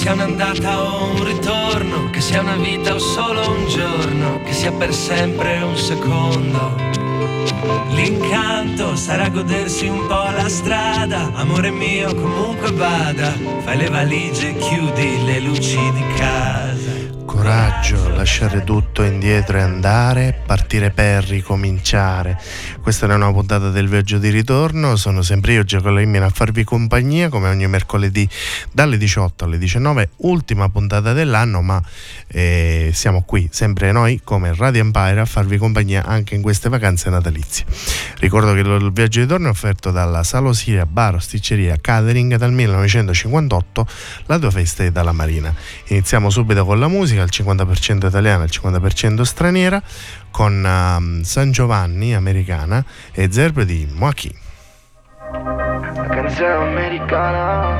sia un'andata o un ritorno, che sia una vita o solo un giorno, che sia per sempre un secondo. L'incanto sarà godersi un po' la strada, amore mio comunque vada, fai le valigie e chiudi le luci di casa. Coraggio, lasciare tutto indietro e andare, partire per ricominciare. Questa è una puntata del Viaggio di Ritorno, sono sempre io, Giacomo Limina, a farvi compagnia come ogni mercoledì dalle 18 alle 19, ultima puntata dell'anno, ma siamo qui sempre noi come Radio Empire a farvi compagnia anche in queste vacanze natalizie. Ricordo che il Viaggio di Ritorno è offerto dalla Sala Osiria Bar Osticceria Catering dal 1958, la tua festa è dalla Marina. Iniziamo subito con la musica, al 50% italiana, al 50% straniera, con San Giovanni americana e Zerbe di Moaki. La canzone americana,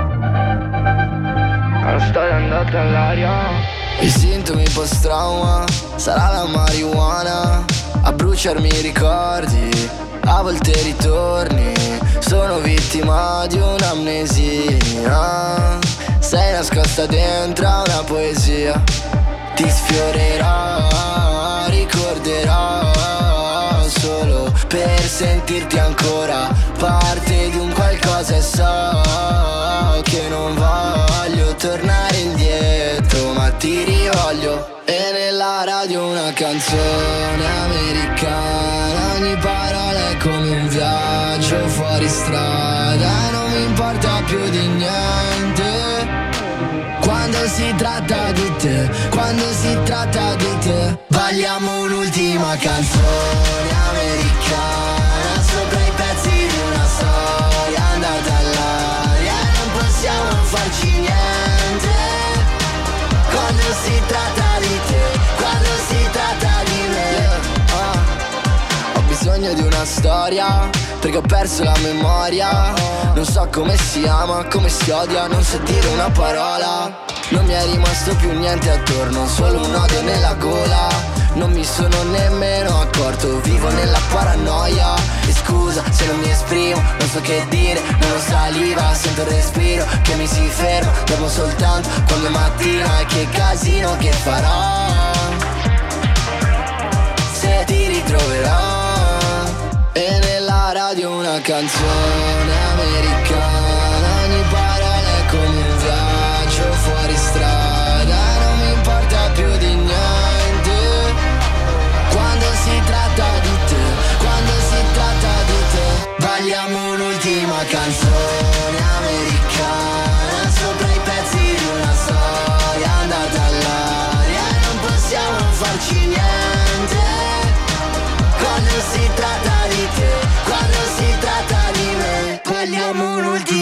la storia è andata all'aria. I sintomi post-trauma, sarà la marijuana a bruciarmi i ricordi, a volte ritorni. Sono vittima di un'amnesia, sei nascosta dentro a una poesia. Ti sfiorerò, ricorderò solo per sentirti ancora parte di un qualcosa, e so che non voglio tornare indietro, ma ti rivoglio. E nella radio una canzone americana, ogni parola è come un viaggio fuori strada, non mi importa più di niente. Quando si tratta di te, quando si tratta di te, balliamo un'ultima canzone americana sopra i pezzi di una storia andata all'aria, non possiamo farci niente. Quando si tratta di te, quando si tratta di me, ho bisogno di una storia, perché ho perso la memoria. Non so come si ama, come si odia, non so dire una parola. Non mi è rimasto più niente attorno, solo un odio nella gola. Non mi sono nemmeno accorto, vivo nella paranoia. E scusa se non mi esprimo, non so che dire, non ho saliva. Sento il respiro che mi si ferma, dopo soltanto quando è mattina. E che casino che farò se ti ritroverò. E nella radio una canzone americana, ogni parola è come un viaggio fuori strada, non mi importa più di niente. Quando si tratta di te, quando si tratta di te, balliamo un'ultima canzone americana sopra i pezzi di una storia andata all'aria, e non possiamo farci niente. Quando si tratta di te, quando si tratta di me, balliamo un'ultima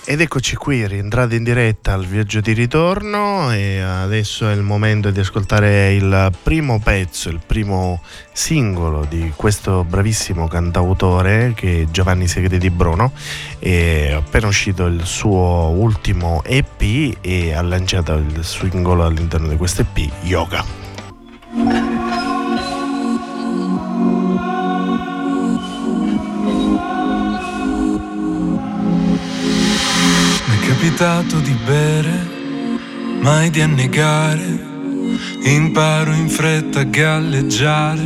Ed eccoci qui, rientrati in diretta al viaggio di ritorno, e adesso è il momento di ascoltare il primo pezzo, il primo singolo di questo bravissimo cantautore che è Giovanni Segreti Bruno. È appena uscito il suo ultimo EP e ha lanciato il singolo all'interno di questo EP, Yoga. Mi è capitato di bere, mai di annegare, imparo in fretta a galleggiare.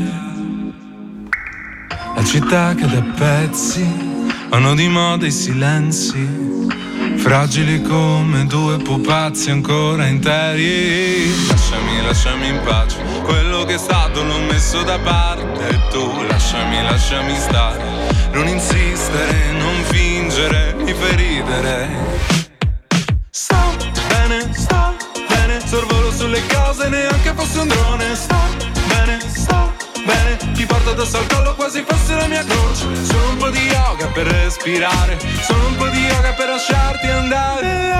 La città cade a pezzi, vanno di moda i silenzi, fragili come due pupazzi ancora interi. Lasciami in pace, quello che è stato l'ho messo da parte. E tu lasciami stare, non insistere, non fingere, mi fai ridere. Sto bene, sorvolo sulle cose, neanche fosse un drone. Sto bene, ti porto addosso al collo quasi fosse la mia croce. Solo un po' di yoga per respirare, solo un po' di yoga per lasciarti andare.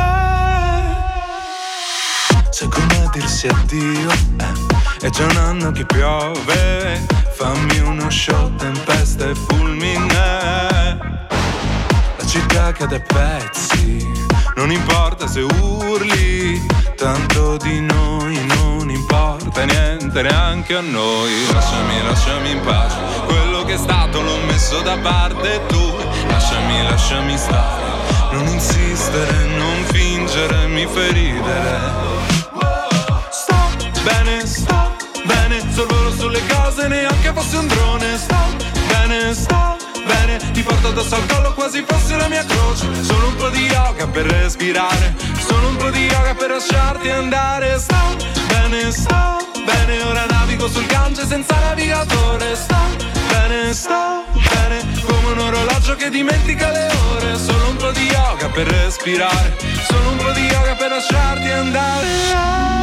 Sai come dirsi addio, è già un anno che piove, fammi uno show, tempesta e fulmine. La città cade a pezzi, non importa se urli, tanto di noi non importa niente neanche a noi. Lasciami in pace, quello che è stato l'ho messo da parte. E tu lasciami stare, non insistere, non fingere, mi fai ridere. Sto bene, sorvolo sulle cose, neanche fosse un drone. Sto bene, ti porto addosso al collo quasi fosse la mia croce. Solo un po' di yoga per respirare, solo un po' di yoga per lasciarti andare. Sto bene, ora navigo sul Gange senza navigatore. Sto bene, come un orologio che dimentica le ore. Solo un po' di yoga per respirare, solo un po' di yoga per lasciarti andare.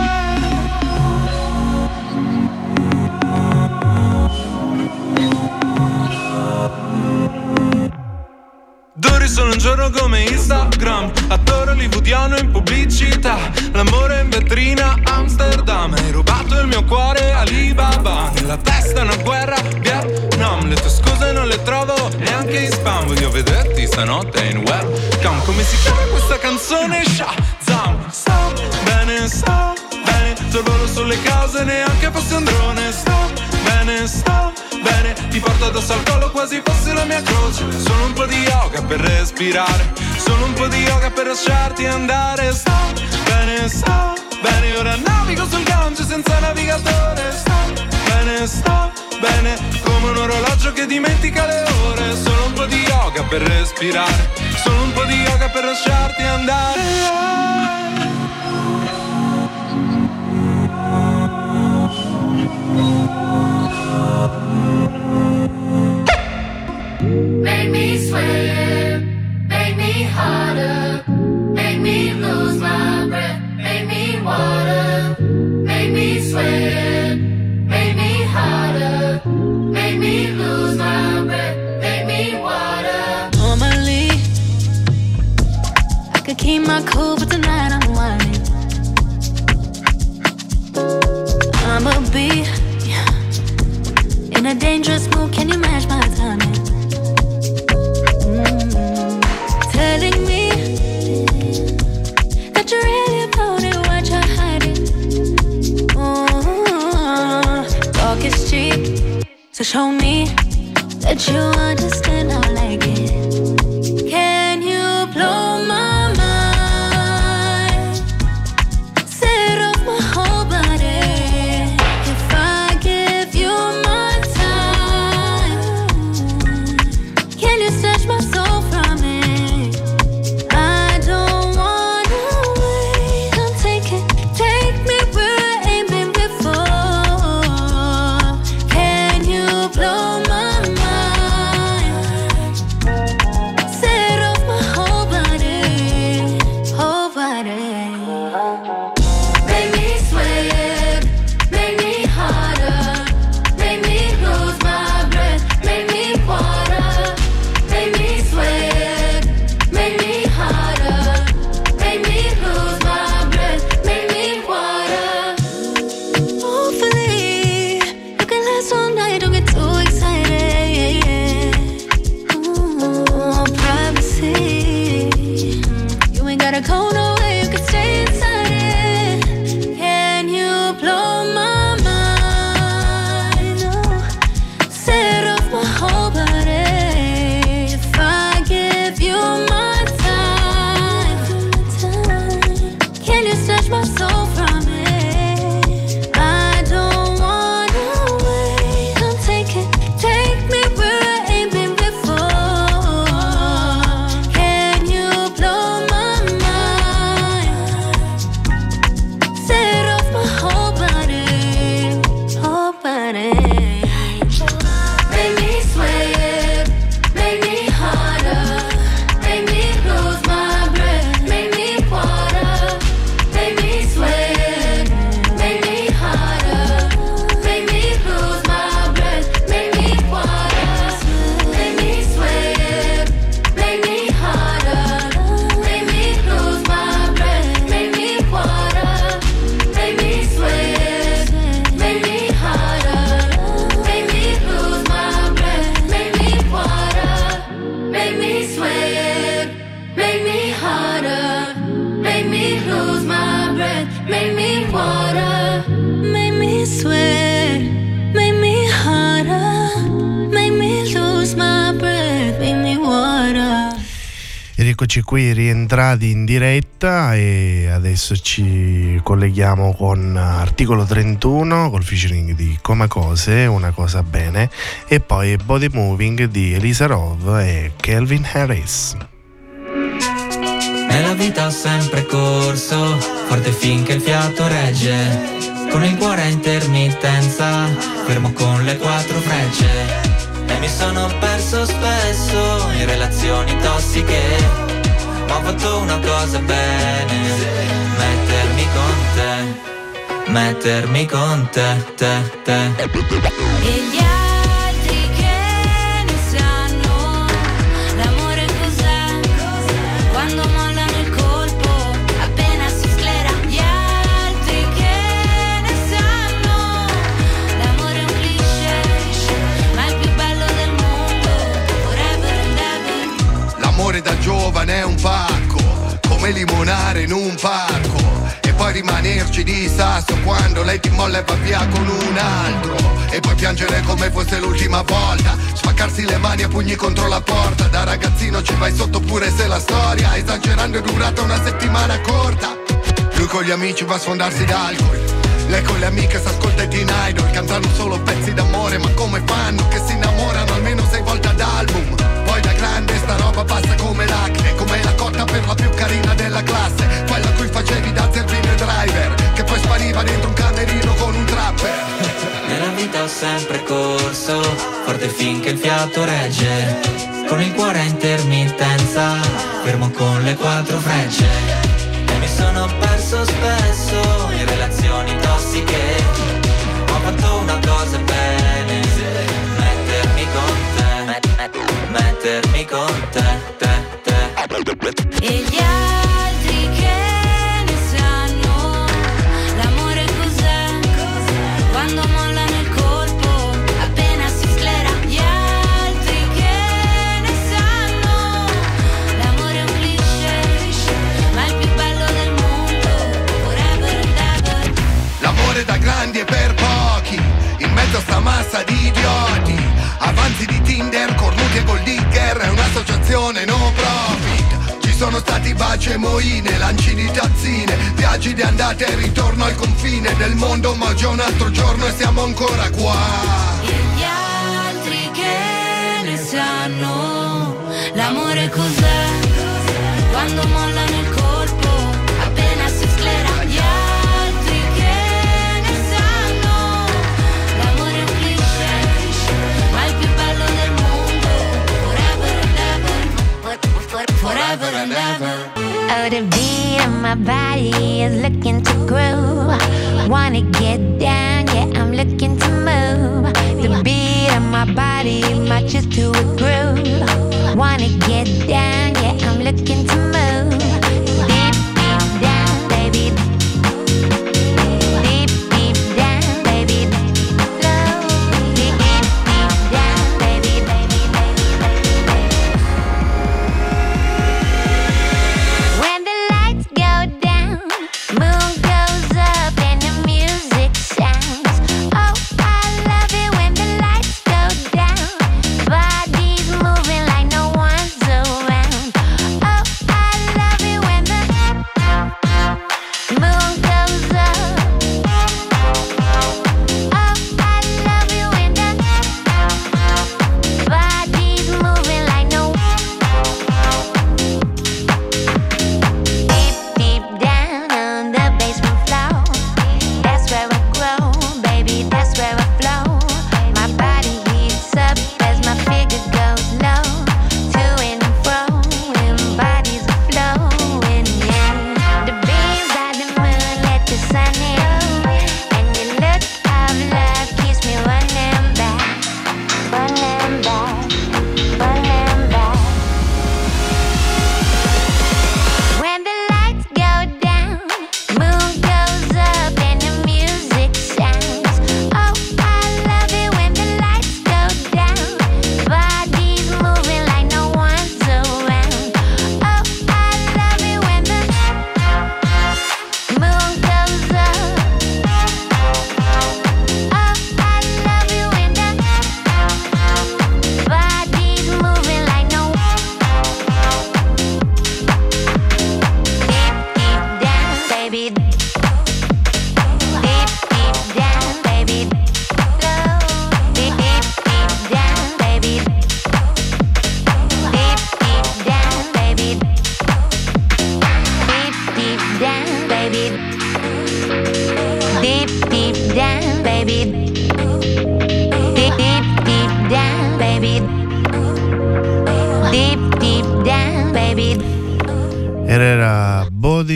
Duri solo un giorno come Instagram, attore hollywoodiano in pubblicità, l'amore in vetrina Amsterdam. Hai rubato il mio cuore Alibaba, nella testa una guerra Vietnam. Le tue scuse non le trovo neanche in spam, voglio vederti stanotte in webcam. Come si chiama questa canzone? Shazam. Sto bene, sorvolo sulle cose, neanche fosse un drone. Sto bene, ti porto addosso al collo quasi fosse la mia croce. Solo un po' di yoga per respirare, solo un po' di yoga per lasciarti andare. Sto bene, ora navigo sul Gange senza navigatore. Sto bene, come un orologio che dimentica le ore. Solo un po' di yoga per respirare, solo un po' di yoga per lasciarti andare. Make me sweat, make me harder, make me lose my breath, make me water, make me sweat, make me harder, make me lose my breath, make me water. Normally, I could keep my cool, but tonight I'm whining. I'ma be in a dangerous mood, can you match my timing? Telling me that you're really about it, what you're hiding. Talk is cheap, so show me that you understand I like it. Can you blow my mind? Set off my whole body. If I give you my time, can you snatch my soul from me? eccoci qui rientrati in diretta e adesso ci colleghiamo con Articolo 31 col featuring di Come Cose, Una Cosa Bene, e poi Body Moving di Elisa Rove e Calvin Harris. Nella vita ho sempre corso, forte finché il fiato regge, con il cuore a intermittenza, fermo con le 4 frecce. E mi sono perso spesso in relazioni tossiche, ma ho fatto una cosa bene, mettermi con te. E gli altri che ne sanno, l'amore cos'è, quando mollano il colpo, appena si sclera. Gli altri che ne sanno, l'amore è un cliché, ma è il più bello del mondo, forever and ever. L'amore da giovane è un pacco, come limonare in un parco, e poi rimanerci di sasso quando lei ti molla e va via con un altro, e poi piangere come fosse l'ultima volta, spaccarsi le mani a pugni contro la porta. Da ragazzino ci vai sotto pure se la storia, esagerando, è durata una settimana corta. Lui con gli amici va a sfondarsi d'alcol, lei con le amiche s'ascolta i Teen Idol, cantano solo pezzi d'amore, ma come fanno che si innamorano almeno 6 volte ad album? Poi da grande sta roba passa come l'acne, come la cotta per la più carina della classe, quella a cui facevi da zerbino e driver, che poi spariva dentro un camerino con un trapper. Nella vita ho sempre corso, forte finché il fiato regge, con il cuore a intermittenza, fermo con le 4 frecce. E mi sono perso spesso in relazioni tossiche, ma ho fatto una cosa bene, mettermi con te. E gli altri che ne sanno, l'amore cos'è, quando mollano il colpo, appena si sclera. Gli altri che ne sanno, l'amore è un cliché, ma è il più bello del mondo, forever and ever. L'amore da grandi e per pochi, in mezzo a sta massa di idioti, avanzi di Tinder, cornuti e gold digger, è un'associazione no profit. Ci sono stati baci e moine, lanci di tazzine, viaggi di andata e ritorno al confine del mondo, ma oggi è un altro giorno e siamo ancora qua. E gli altri che ne sanno, l'amore cos'è, quando mollano il colpo, appena si sclera. Gli altri che ne sanno, l'amore è un cliché, ma è il più bello del mondo, forever and ever, forever and ever. Oh, the beat of my body is looking to groove. Wanna get down, yeah, I'm looking to move. The beat of my body matches to a groove. Wanna get down, yeah, I'm looking to move. Deep, deep down, baby. Deep, deep down, baby. Slow. Deep, deep down, baby, baby, baby, baby. When the lights go down, moon goes up and the music sounds. Oh, I love it when the lights go down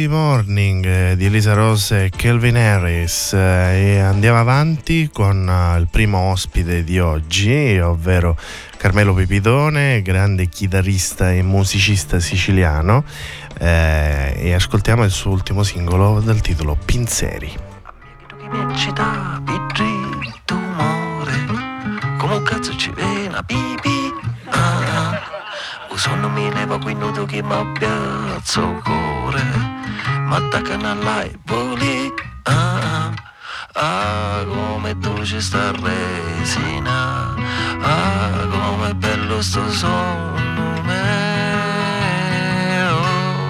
Sunday Morning di Elisa Rose e Calvin Harris, e andiamo avanti con il primo ospite di oggi, ovvero Carmelo Pipitone, grande chitarrista e musicista siciliano, e ascoltiamo il suo ultimo singolo dal titolo Pinzeri. Come un cazzo ci viene a pipì, sonno mi leva qui nudo che mi piazza il cuore, ma attaccano alla e voli, come dolce sta resina, come bello sto sonno mio.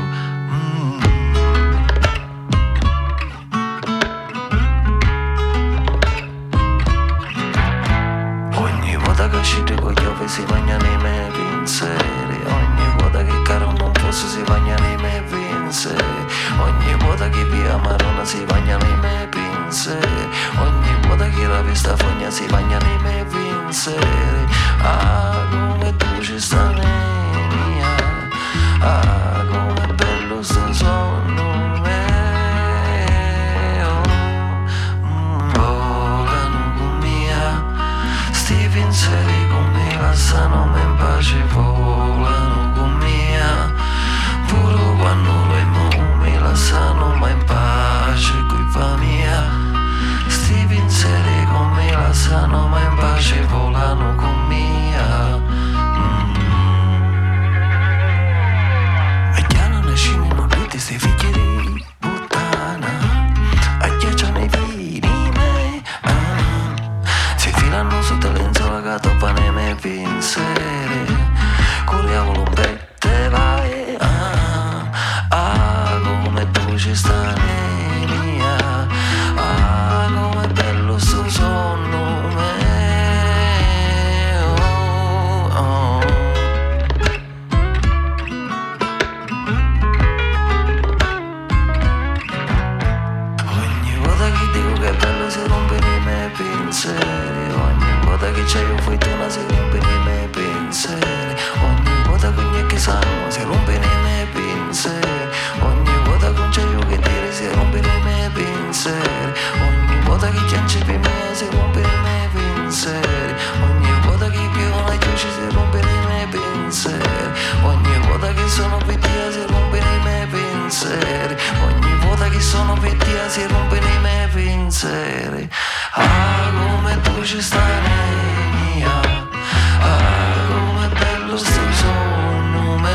Ogni volta che uscite con gli ove si mangiano i miei pensieri, ogni volta che caro non posso si bagnano i miei pensieri, ogni volta che via marona si bagnano i miei pensieri, ogni volta che la vista fogna si bagnano i miei pensieri, come tu ci sta mia, come bello sto sonno mio, volano con mia, sti pensieri con me lasciano me in pace, volano con mia, pure quando lo mi lasciano ma in pace, colpa mia, sti pensieri con me lasciano ma in pace, volano con mia. E chiaro nascimi non riti sti figli di puttana, agghiacciano i vini me, si filano sotto lenzola che toppano i miei pensieri, curiavolo un pette vai, come tu ci sta mia, come bello sto sonno mio, ogni volta che dico che è bello si rompono i miei pensieri, ogni volta che c'è io fortuna si rompono i miei pensieri, ogni volta che sanno si rompono i miei pensieri, ogni volta che c'è io che dire si rompono i miei pensieri, ogni volta che chianci per me si rompono i miei pensieri, ogni volta che piovono le chiuci si rompono i miei pensieri, ogni volta che sono pettia si rompono i miei pensieri, ogni volta che sono pettia si rompono i miei pensieri, come tu ci stai mia, come bello sto sonno mio.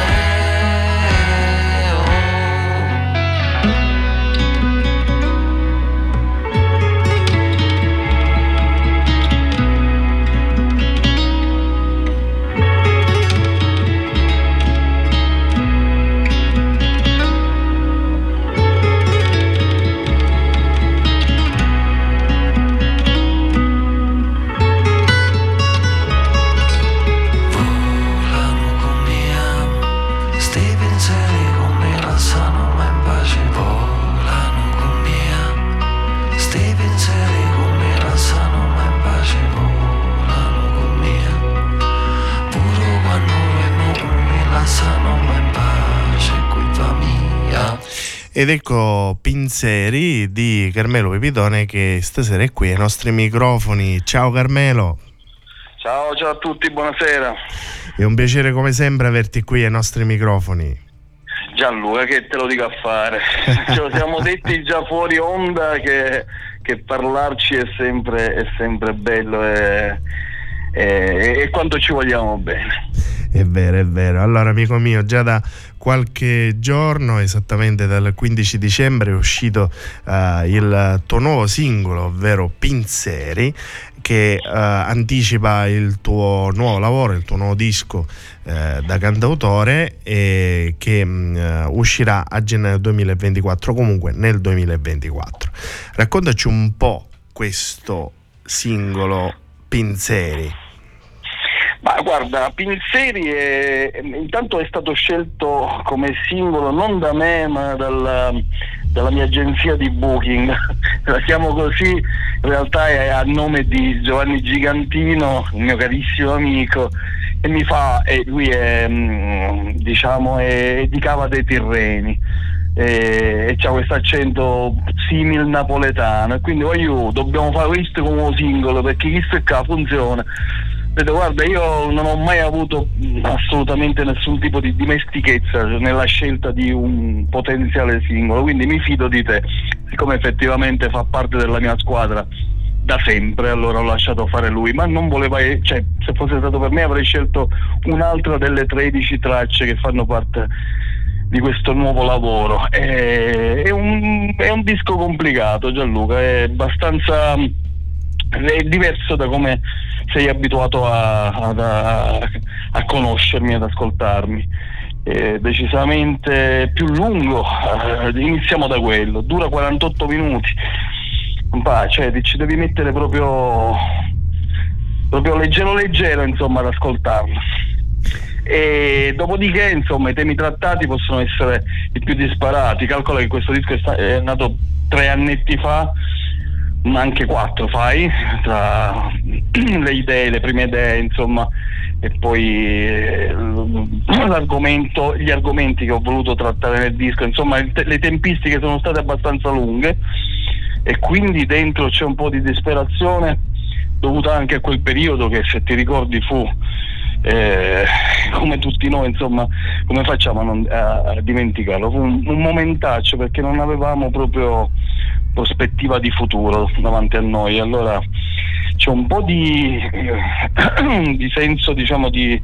Ed ecco Pinzeri di Carmelo Pipitone che stasera è qui ai nostri microfoni. Ciao Carmelo. Ciao a tutti, buonasera. È un piacere come sempre averti qui ai nostri microfoni. Gianluca, che te lo dico a fare? Ce lo siamo detti già fuori onda che parlarci è sempre bello e quanto ci vogliamo bene. È vero, è vero. Allora, amico mio, già da qualche giorno, esattamente dal 15 dicembre, è uscito il tuo nuovo singolo, ovvero Pinzeri, che anticipa il tuo nuovo lavoro, il tuo nuovo disco da cantautore, e che uscirà a gennaio 2024, comunque nel 2024. Raccontaci un po' questo singolo Pinzeri. Ma guarda, Pinzeri intanto è stato scelto come singolo non da me ma dalla mia agenzia di booking, la chiamo così, in realtà è a nome di Giovanni Gigantino, un mio carissimo amico, e lui è di Cava dei Tirreni, e c'ha questo accento simil napoletano, e quindi dobbiamo fare questo come singolo perché questo qua funziona. Vedo, guarda, io non ho mai avuto assolutamente nessun tipo di dimestichezza nella scelta di un potenziale singolo, quindi mi fido di te, siccome effettivamente fa parte della mia squadra da sempre, allora ho lasciato fare lui, ma non voleva, cioè, se fosse stato per me avrei scelto un'altra delle 13 tracce che fanno parte di questo nuovo lavoro. È un disco complicato, Gianluca, è abbastanza diverso da come sei abituato a conoscermi, ad ascoltarmi. È decisamente più lungo, iniziamo da quello, dura 48 minuti, cioè ci devi mettere proprio leggero insomma ad ascoltarlo. E dopodiché insomma i temi trattati possono essere i più disparati. Calcola che questo disco è nato 3 annetti fa, ma anche 4 fai, tra le prime idee insomma, e poi gli argomenti che ho voluto trattare nel disco, insomma le tempistiche sono state abbastanza lunghe, e quindi dentro c'è un po' di disperazione dovuta anche a quel periodo che, se ti ricordi, fu come tutti noi insomma, come facciamo a dimenticarlo, fu un momentaccio, perché non avevamo proprio prospettiva di futuro davanti a noi. Allora c'è un po' di senso, diciamo, di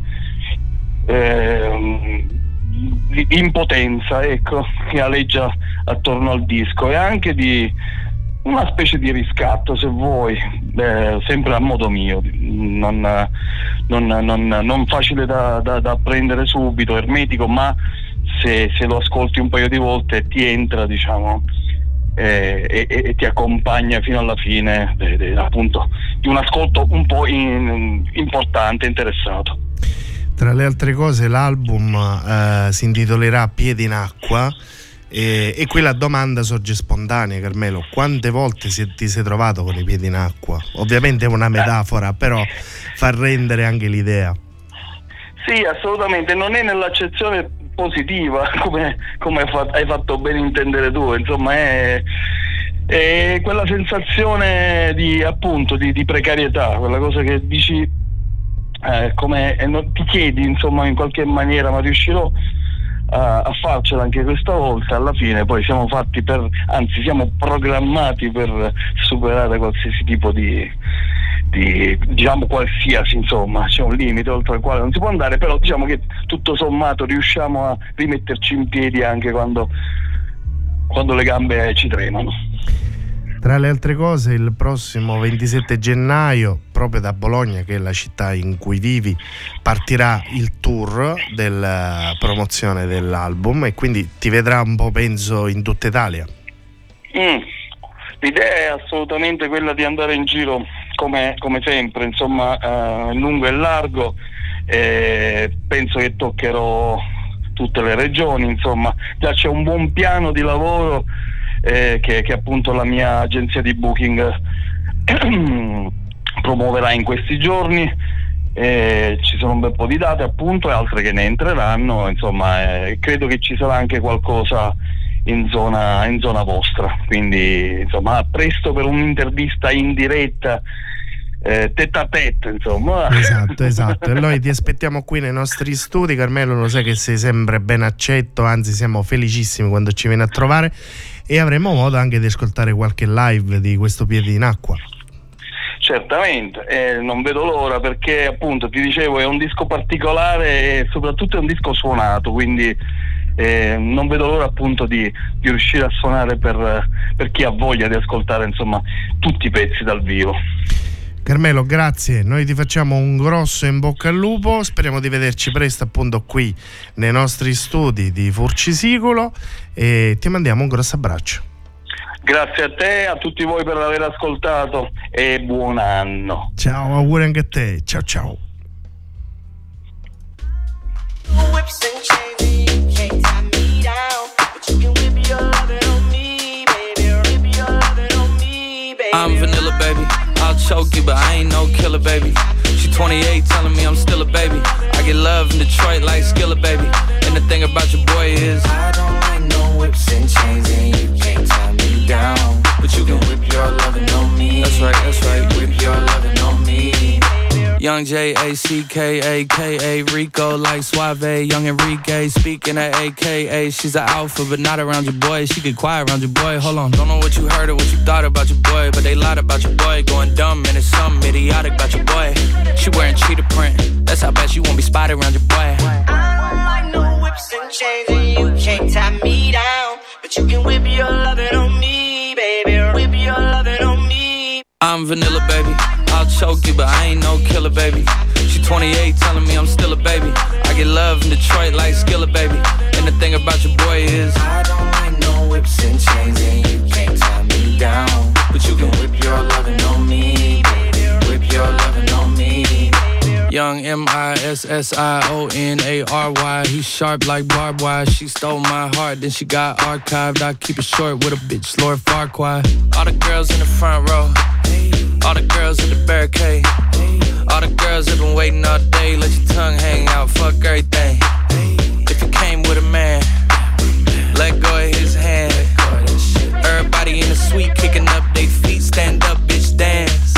impotenza, ecco, che aleggia attorno al disco, e anche di una specie di riscatto, se vuoi, sempre a modo mio, non facile da prendere subito, ermetico, ma se lo ascolti un paio di volte ti entra, diciamo, e ti accompagna fino alla fine, appunto, di un ascolto un po' importante, interessato. Tra le altre cose, l'album si intitolerà Piedi in acqua, e qui la domanda sorge spontanea, Carmelo: quante volte ti sei trovato con i piedi in acqua? Ovviamente è una metafora, però fa rendere anche l'idea. Sì, assolutamente, non è nell'accezione positiva, come hai fatto bene intendere tu, insomma è quella sensazione di precarietà, quella cosa che dici, ti chiedi, insomma, in qualche maniera, ma riuscirò a farcela anche questa volta? Alla fine poi siamo programmati per superare qualsiasi tipo di diciamo qualsiasi, insomma, c'è un limite oltre il quale non si può andare, però diciamo che tutto sommato riusciamo a rimetterci in piedi anche quando le gambe ci tremano. Tra le altre cose, il prossimo 27 gennaio, proprio da Bologna, che è la città in cui vivi, partirà il tour della promozione dell'album, e quindi ti vedrà un po', penso, in tutta Italia. L'idea è assolutamente quella di andare in giro come sempre, insomma, lungo e largo. Penso che toccherò tutte le regioni, insomma, già c'è un buon piano di lavoro che appunto la mia agenzia di booking promuoverà in questi giorni. Ci sono un bel po' di date, appunto, e altre che ne entreranno, insomma, credo che ci sarà anche qualcosa in zona vostra, quindi insomma a presto per un'intervista in diretta, tête à tête, insomma. Esatto, e noi ti aspettiamo qui nei nostri studi, Carmelo, lo sai che sei sempre ben accetto, anzi siamo felicissimi quando ci vieni a trovare, e avremo modo anche di ascoltare qualche live di questo Piedi in acqua. Certamente, non vedo l'ora, perché appunto ti dicevo è un disco particolare e soprattutto è un disco suonato, quindi non vedo l'ora appunto di riuscire a suonare per chi ha voglia di ascoltare, insomma, tutti i pezzi dal vivo. Carmelo, grazie, noi ti facciamo un grosso in bocca al lupo, speriamo di vederci presto appunto qui nei nostri studi di Furcisicolo, e ti mandiamo un grosso abbraccio. Grazie a te, a tutti voi per aver ascoltato, e buon anno. Ciao, auguri anche a te, ciao. I'm vanilla, baby. I'll choke you, but I ain't no killer, baby. She 28, telling me I'm still a baby. I get love in Detroit like Skilla, baby. And the thing about your boy is I don't like no whips and chains and you can't tie me down, but you can whip your lovin' on me. That's right, whip your lovin' on me. Young J-A-C-K-A-K-A Rico like Suave, young Enrique speaking at AKA. She's an alpha but not around your boy. She get quiet around your boy. Hold on, don't know what you heard or what you thought about your boy, but they lied about your boy. Going dumb and it's something idiotic about your boy. She wearing cheetah print, that's how bad she won't be spotted around your boy. I don't like no whips and chains and you can't tie me down, but you can whip your lovin' on me, baby. Whip your lovin' on me. I'm vanilla, baby. I'll choke you, but I ain't no killer, baby. She 28, telling me I'm still a baby. I get love in Detroit like Skillet, baby. And the thing about your boy is I don't like no whips and chains and you can't tie me down, but you can whip your lovin' on me, baby. Whip your lovin' on me. Young M-I-S-S-I-O-N-A-R-Y. He's sharp like barbed wire. She stole my heart, then she got archived. I keep it short with a bitch, Lord Farquaad. All the girls in the front row, all the girls in the barricade, all the girls have been waiting all day. Let your tongue hang out, fuck everything. If you came with a man, let go of his hand. Everybody in the suite kicking up their feet. Stand up, bitch, dance.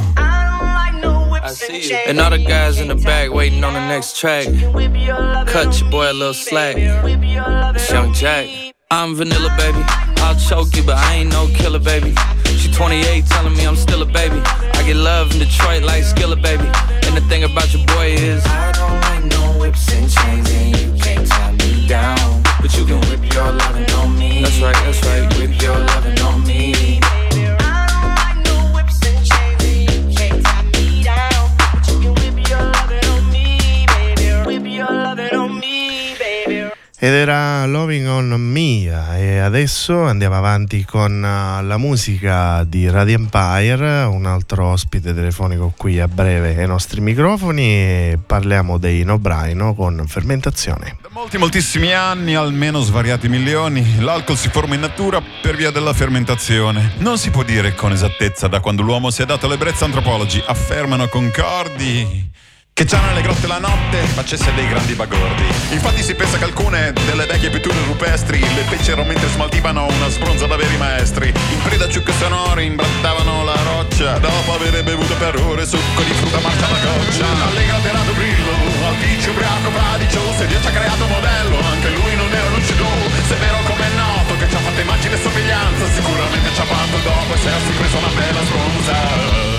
I see you. And all the guys in the back waiting on the next track. Cut your boy a little slack. It's Young Jack. I'm vanilla, baby. I'll choke you, but I ain't no killer, baby. She 28, telling me I'm still a baby. I get love in Detroit like Skillet, baby. And the thing about your boy is I don't like no whips and chains and you can't tie me down, but you can whip your lovin' on me. That's right, whip your lovin' on me. Ed era Loving on Me, e adesso andiamo avanti con la musica di Radio Empire, un altro ospite telefonico qui a breve ai nostri microfoni, e parliamo dei No Braino con Fermentazione. Da moltissimi anni, almeno svariati milioni, l'alcol si forma in natura per via della fermentazione. Non si può dire con esattezza da quando l'uomo si è dato l'ebbrezza. Antropologi affermano concordi che già nelle grotte la notte facesse dei grandi bagordi. Infatti si pensa che alcune delle vecchie pitture rupestri le fecero mentre smaltivano una sbronza da veri maestri. In preda a ciucche sonori imbrattavano la roccia, dopo aver bevuto per ore succo di frutta marcia alla goccia. Allegra terato brillo, alticcio, ubriaco, fradicio, se Dio ci ha creato un modello, anche lui non era lucido. Se è vero come è noto che ci ha fatto immagine e somiglianza, sicuramente ci ha fatto dopo essersi preso una bella sbronza.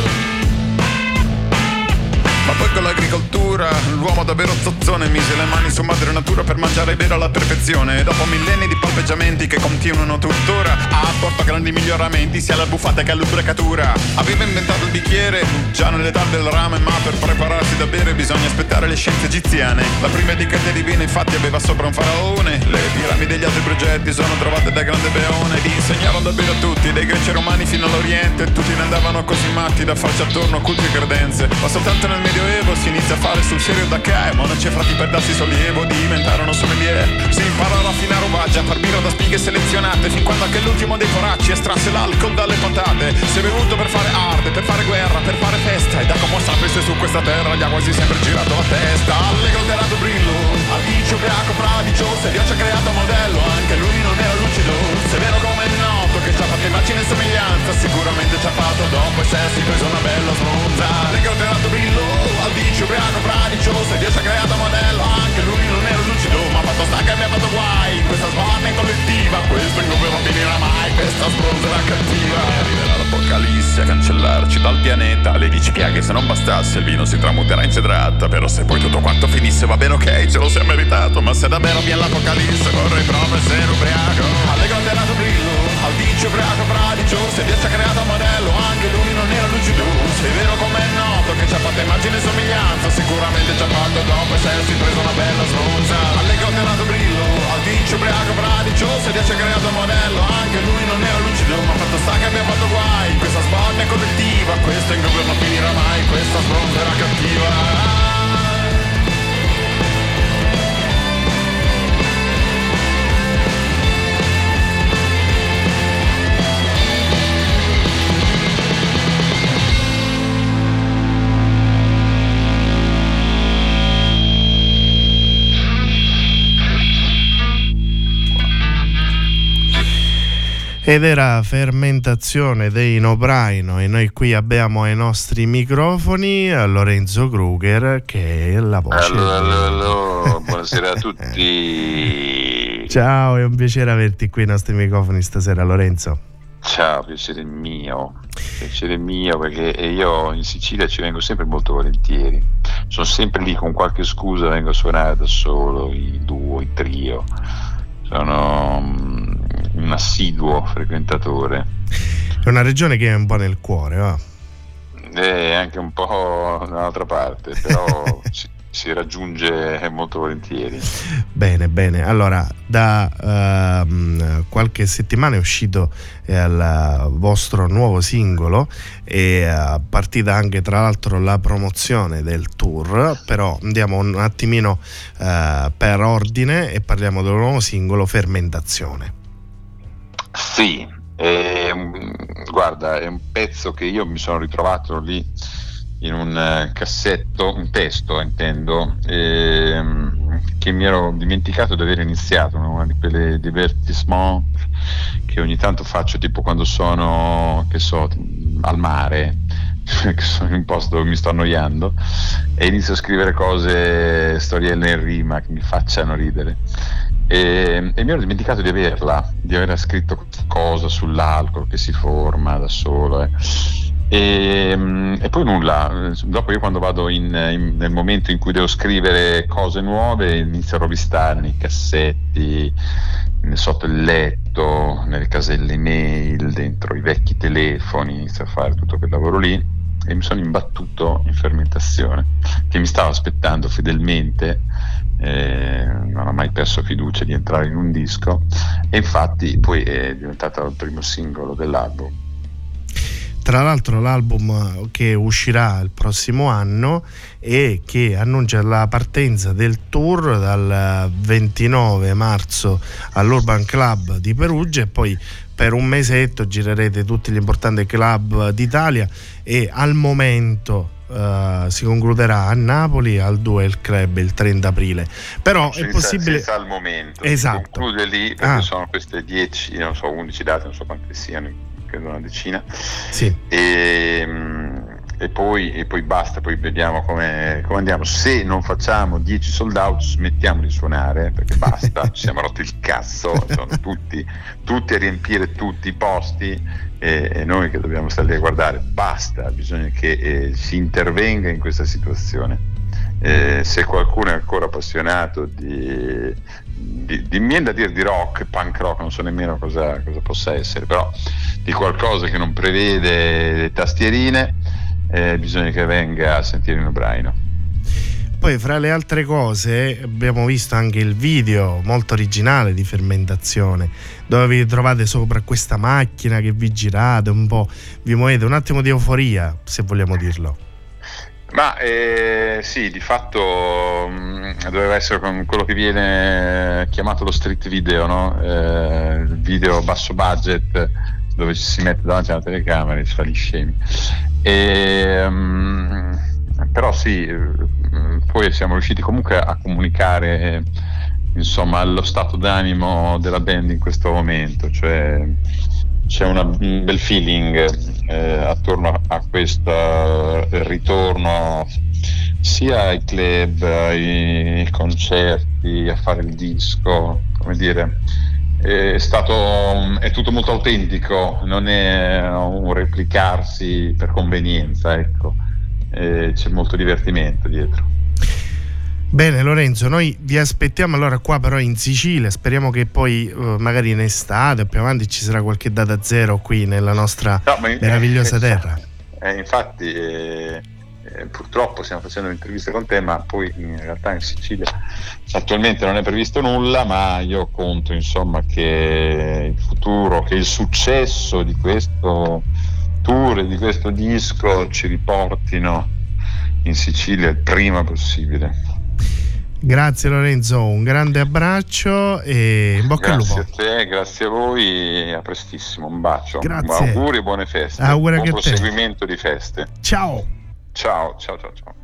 Ma poi con l'agricoltura l'uomo davvero zozzone mise le mani su madre natura per mangiare bene alla perfezione. E dopo millenni di palpeggiamenti che continuano tuttora, ha apportato grandi miglioramenti sia alla buffata che all'ubriacatura. Aveva inventato il bicchiere già nell'età del rame, ma per prepararsi da bere bisogna aspettare le scienze egiziane. La prima etichetta divina infatti aveva sopra un faraone. Le piramidi degli altri progetti sono trovate da grande beone. Li insegnarono da bere a tutti, dai greci romani fino all'Oriente. Tutti ne andavano così matti da farci attorno culti e credenze. Ma soltanto nel Medioevo si inizia a fare sul serio da che monaci e frati per darsi sollievo diventarono sommelier. Si imparò a raffinare uvaggia, a far birra da spighe selezionate, fin quando anche l'ultimo dei poracci estrasse l'alcol dalle patate. Si è bevuto per fare arte, per fare guerra, per fare festa, e da come sapesse su questa terra gli ha quasi sempre girato la testa. Allegro terato brillo, alticcio, ubriaco, fradicio, se Dio ci ha creato un modello, anche lui non era lucido. Se è vero come è noto che ci ha fatto immagine e somiglianza, sicuramente ci ha fatto dopo essersi preso una bella sbronza. Allegro terato brillo, alticcio, ubriaco, fradicio, se Dio ci ha creato un modello, anche lui non era lucido. Ma fatto sta che mi ha fatto guai, questa sbarra collettiva, questo non doveva finire mai, questa sbronzera cattiva. Arriverà l'apocalisse a cancellarci dal pianeta. Le dici che se non bastasse il vino si tramuterà in cedrata. Però se poi tutto quanto finisse va bene, ok, ce lo si è meritato. Ma se davvero viene l'apocalisse vorrei proprio essere ubriaco. Allegro terato brillo, alticcio, ubriaco, fradicio, se Dio ci ha creato un modello, anche lui non era lucido. Se è vero come è noto che ci ha fatto immagine e somiglianza, sicuramente ci ha fatto dopo essersi preso una bella sbronza. Allegro terato brillo, alticcio, ubriaco, fradicio, se Dio ci ha creato un modello, anche lui non era lucido. Ma fatto sta che abbiamo fatto guai, questa sbarra collettiva, questo in governo finirà mai, questa sbronzera cattiva. Ed era Fermentazione dei Nobraino, e noi qui abbiamo ai nostri microfoni Lorenzo Kruger, che è la voce. Allora, buonasera a tutti. Ciao, è un piacere averti qui ai nostri microfoni stasera, Lorenzo. Ciao, piacere mio perché io in Sicilia ci vengo sempre molto volentieri, sono sempre lì con qualche scusa, vengo a suonare da solo, in duo, in trio, sono un assiduo frequentatore. È una regione che è un po' nel cuore, va? Anche un po' dall'altra parte, però si raggiunge molto volentieri. Bene. Allora, da qualche settimana è uscito il vostro nuovo singolo e partita anche tra l'altro la promozione del tour, però andiamo un attimino per ordine e parliamo del nuovo singolo Fermentazione. Sì, guarda, è un pezzo che io mi sono ritrovato lì in un cassetto, un testo intendo, che mi ero dimenticato di aver iniziato, una di quelle divertissement che ogni tanto faccio, tipo quando sono, che so, al mare, che sono in un posto dove mi sto annoiando e inizio a scrivere cose, storielle in rima che mi facciano ridere. E mi ero dimenticato di aver scritto qualcosa sull'alcol che si forma da solo, E poi nulla. Dopo io quando vado nel momento in cui devo scrivere cose nuove inizio a rovistare nei cassetti, sotto il letto, nelle caselle email, dentro i vecchi telefoni, inizio a fare tutto quel lavoro lì e mi sono imbattuto in Fermentazione, che mi stavo aspettando fedelmente, non ho mai perso fiducia di entrare in un disco, e infatti poi è diventato il primo singolo dell'album. Tra l'altro l'album che uscirà il prossimo anno e che annuncia la partenza del tour dal 29 marzo all'Urban Club di Perugia, e poi per un mesetto girerete tutti gli importanti club d'Italia, e al momento si concluderà a Napoli al Duel Club il 30 aprile. Però è possibile, senza al momento, esatto, si conclude lì perché sono queste 10, non so, 11 date, non so quante siano, credo una decina. Sì. E poi basta, poi vediamo come andiamo. Se non facciamo 10 sold out smettiamo di suonare, perché basta, ci siamo rotti il cazzo, sono tutti a riempire tutti i posti e noi che dobbiamo stare lì a guardare, basta, bisogna che si intervenga in questa situazione. Se qualcuno è ancora appassionato di viene da dire di rock, punk rock, non so nemmeno cosa possa essere, però di qualcosa che non prevede le tastierine, bisogna che venga a sentire in Nobraino. Poi fra le altre cose abbiamo visto anche il video molto originale di Fermentazione, dove vi trovate sopra questa macchina che vi girate un po', vi muovete, un attimo di euforia, se vogliamo dirlo. Ma sì, di fatto doveva essere con quello che viene chiamato lo street video, no? Il video basso budget dove ci si mette davanti alla telecamera e si fa gli scemi. Però sì, poi siamo riusciti comunque a comunicare, insomma, lo stato d'animo della band in questo momento, cioè c'è un bel feeling attorno a questo ritorno sia ai club, ai concerti, a fare il disco, come dire, è tutto molto autentico, non è un replicarsi per convenienza, ecco, c'è molto divertimento dietro. Bene Lorenzo, noi vi aspettiamo allora qua però in Sicilia, speriamo che poi magari in estate o più avanti ci sarà qualche data zero qui nella nostra meravigliosa terra. Infatti purtroppo stiamo facendo un'intervista con te, ma poi in realtà in Sicilia attualmente non è previsto nulla, ma io conto insomma che il futuro, che il successo di questo tour e di questo disco ci riportino in Sicilia il prima possibile. Grazie Lorenzo, un grande abbraccio e in bocca al lupo. Grazie a te, grazie a voi, a prestissimo, un bacio. Grazie. Auguri e buone feste. Auguri buon anche a te. proseguimento di feste. Ciao. Ciao, ciao, ciao, ciao.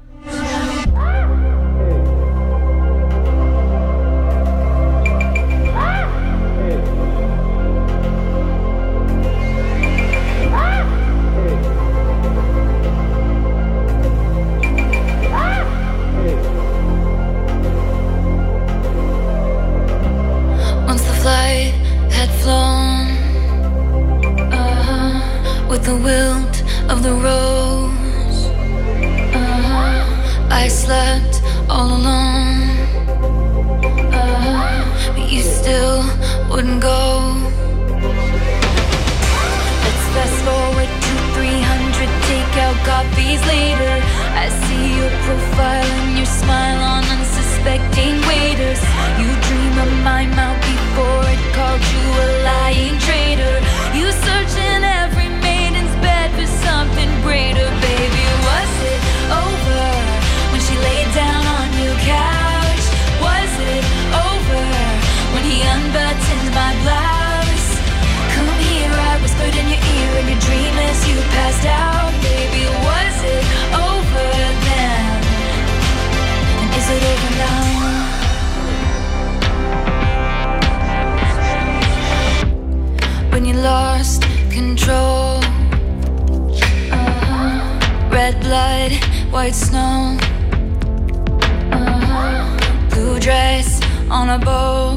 I slept all alone, but you still wouldn't go. Let's fast forward to 300 takeout coffees later. I see your profile and your smile on unsuspecting waiters. You dream of my mouth before it called you a lying traitor. You search in every maiden's bed for something greater. Baby, was it over when she laid down on your couch? Was it over when he unbuttoned my blouse? Come here, I whispered in your ear in your dream as you passed out. Baby, was it over then? And is it over now? When you lost control, red blood, white snow, blue dress on a boat.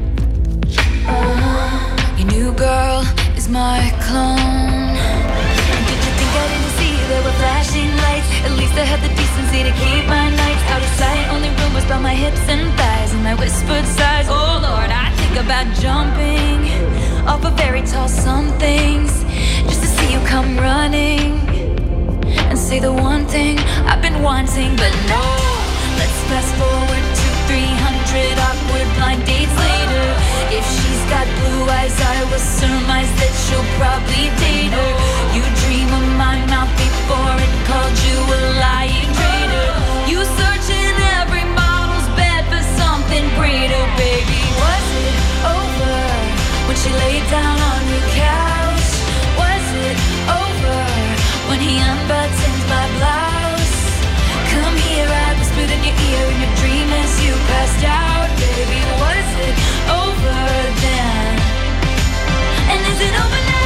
Your new girl is my clone. And did you think I didn't see there were flashing lights? At least I had the decency to keep my nights out of sight. Only rumors about my hips and thighs and my whispered sighs. Oh Lord, I think about jumping off of very tall somethings just to see you come running and say the one thing I've been wanting. But no, let's fast forward to 300 awkward blind dates later. If she's got blue eyes, I will surmise that she'll probably date her. You dream of my mouth before it called you a lying traitor. You search in every model's bed for something greater. Baby, was it over when she laid down on your couch? Was it over when he unbuttoned my blouse? Come here, I whispered in your ear in your dream as you passed out. Baby, was it over then? And is it over now?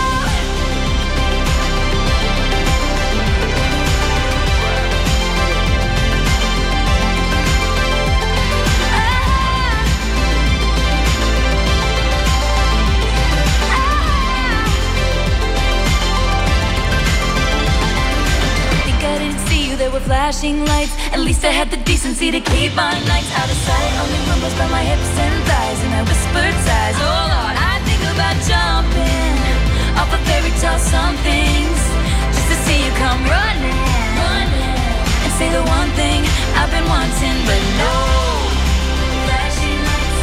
There were flashing lights. At least I had the decency to keep my nights out of sight. Only rumbles by my hips and thighs and my whispered sighs. Oh Lord, I think about jumping off of fairy tale somethings just to see you come running and say the one thing I've been wanting. But no flashing lights.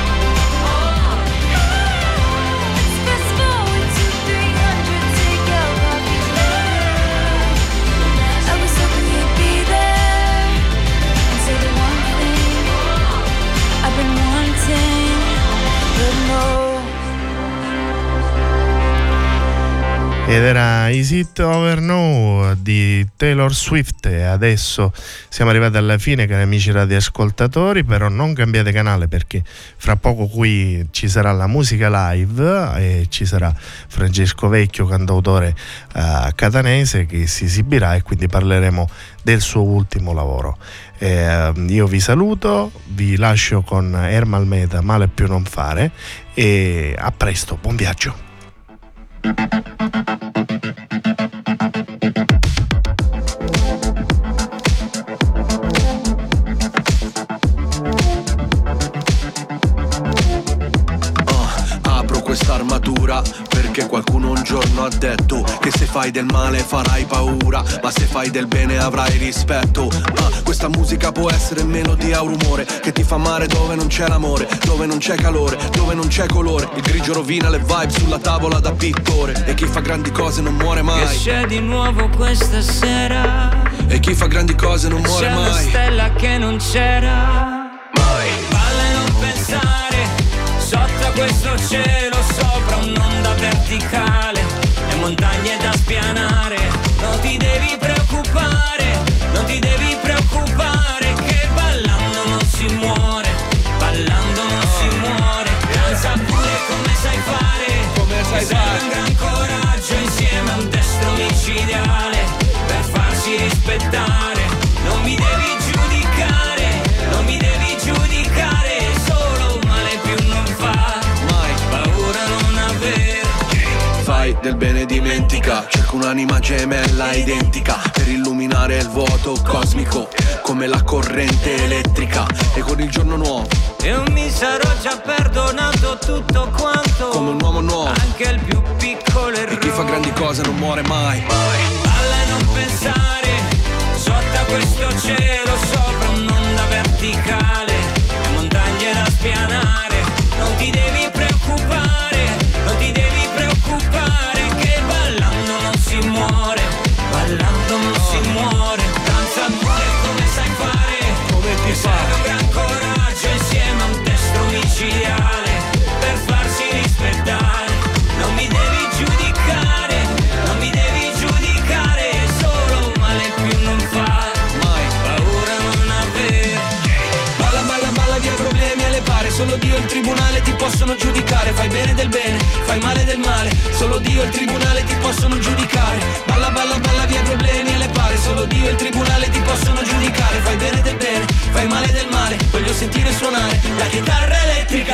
Let's fast forward to 300 takeout coffees later. I was hoping you'd be there and say the one thing I've been wanting, but no. Ed era Is It Over Now di Taylor Swift. E adesso siamo arrivati alla fine, cari amici radioascoltatori, però non cambiate canale perché fra poco qui ci sarà la musica live e ci sarà Francesco Vecchio, cantautore catanese, che si esibirà e quindi parleremo del suo ultimo lavoro. Io vi saluto, vi lascio con Ermal Meta, Male più non fare, e a presto, buon viaggio. Apro quest'armatura perché qualcuno un giorno ha detto che se fai del male farai paura, ma se fai del bene avrai rispetto. Questa musica può essere melodia o rumore che ti fa male dove non c'è l'amore, dove non c'è calore, dove non c'è colore. Il grigio rovina le vibe sulla tavola da pittore, e chi fa grandi cose non muore mai. Che c'è di nuovo questa sera, e chi fa grandi cose non muore c'è mai. C'è una stella che non c'era mai. Balla e non pensare, sotto a questo cielo, sopra un'onda verticale e montagne da spianare. Non ti devi preoccupare, non ti devi preoccupare, che ballando non si muore, ballando non si muore. Danza pure come sai fare, come sai fare. Un gran coraggio insieme a un destro micidiale per farsi rispettare. Non mi devi giudicare, non mi devi giudicare, solo male più non fa, mai paura non avere. Fai del bene dimentica. Cerco un'anima gemella identica per illuminare il vuoto cosmico come la corrente elettrica. E con il giorno nuovo io mi sarò già perdonato tutto quanto, come un uomo nuovo, anche il più piccolo errore. E chi fa grandi cose non muore mai. Balla e non pensare, sotto questo cielo, sopra un'onda verticale, montagne da spianare. Non ti devi preoccupare, non ti devi preoccupare, che ballando non si muore, ballando non si muore. Danza amore come sai fare, come ti serve un gran coraggio insieme a un testo micidiale per farsi rispettare. Non mi devi giudicare, non mi devi giudicare, solo male più non fare, mai paura non avere. Balla, balla, balla via problemi alle pare, solo Dio e il tribunale ti possono giudicare. Fai bene del bene, fai male del male, solo Dio e il tribunale ti possono giudicare. Balla, balla, balla via problemi alle pare, solo Dio e il tribunale ti possono giudicare. Fai bene del bene, fai male del male, voglio sentire suonare la chitarra elettrica.